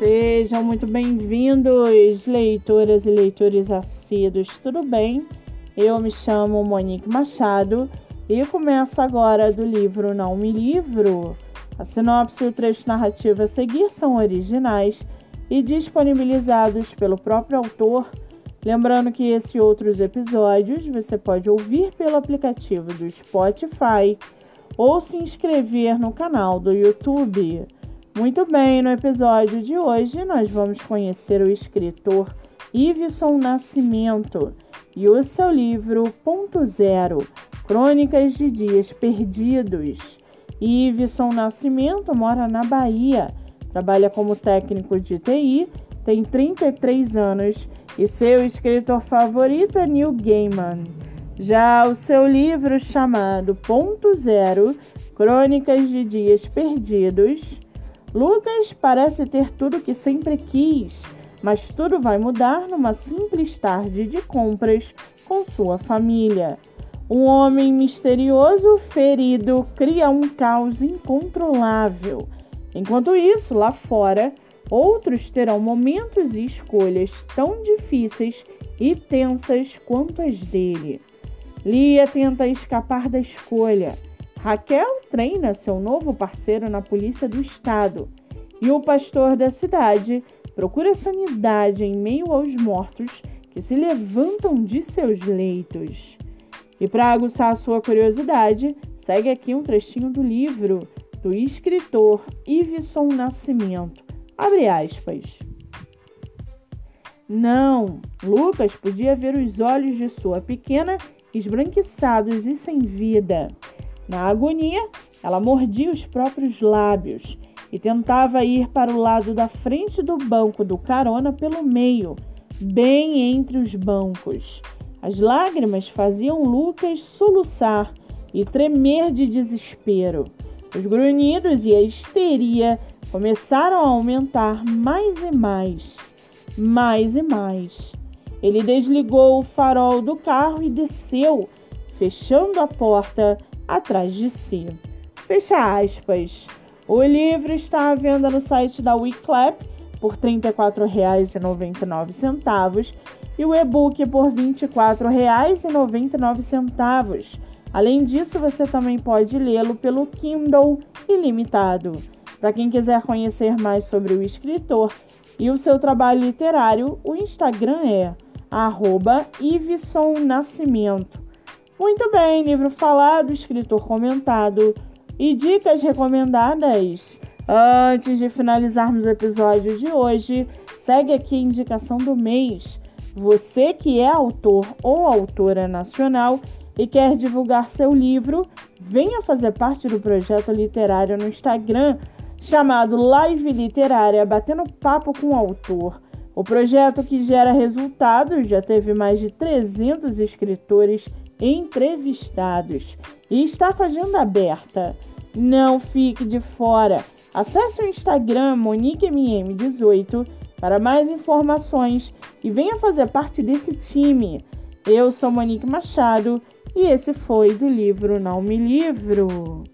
Sejam muito bem-vindos, leitoras e leitores assíduos, tudo bem? Eu me chamo Monique Machado e começo agora do livro Não Me Livro. A sinopse e o trecho narrativo a seguir são originais e disponibilizados pelo próprio autor. Lembrando que esse e outros episódios você pode ouvir pelo aplicativo do Spotify ou se inscrever no canal do YouTube. Muito bem, no episódio de hoje nós vamos conhecer o escritor Iveson Nascimento e o seu livro Ponto Zero, Crônicas de Dias Perdidos. Iveson Nascimento mora na Bahia, trabalha como técnico de TI, tem 33 anos e seu escritor favorito é Neil Gaiman. Já o seu livro chamado Ponto Zero, Crônicas de Dias Perdidos, Lucas parece ter tudo que sempre quis, mas tudo vai mudar numa simples tarde de compras com sua família. Um homem misterioso, ferido, cria um caos incontrolável. Enquanto isso, lá fora, outros terão momentos e escolhas tão difíceis e tensas quanto as dele. Lia tenta escapar da escolha. Raquel treina seu novo parceiro na polícia do estado. E o pastor da cidade procura sanidade em meio aos mortos que se levantam de seus leitos. E para aguçar sua curiosidade, segue aqui um trechinho do livro do escritor Iveson Nascimento. Abre aspas. Não, Lucas podia ver os olhos de sua pequena esbranquiçados e sem vida. Na agonia, ela mordia os próprios lábios e tentava ir para o lado da frente do banco do carona pelo meio, bem entre os bancos. As lágrimas faziam Lucas soluçar e tremer de desespero. Os grunhidos e a histeria começaram a aumentar mais e mais, mais e mais. Ele desligou o farol do carro e desceu, fechando a porta atrás de si. Fecha aspas. O livro está à venda no site da Wiclap por R$ 34,99 e o e-book por R$ 24,99. Além disso, você também pode lê-lo pelo Kindle Ilimitado. Para quem quiser conhecer mais sobre o escritor e o seu trabalho literário, o Instagram é @IvesonNascimento. Muito bem, livro falado, escritor comentado e dicas recomendadas. Antes de finalizarmos o episódio de hoje, segue aqui a indicação do mês. Você que é autor ou autora nacional e quer divulgar seu livro, venha fazer parte do projeto literário no Instagram chamado Live Literária Batendo Papo com o Autor. O projeto que gera resultados já teve mais de 300 escritores entrevistados e está com a agenda aberta. Não fique de fora. Acesse o Instagram MoniqueMM18 para mais informações e venha fazer parte desse time. Eu sou Monique Machado e esse foi do livro Não Me Livro.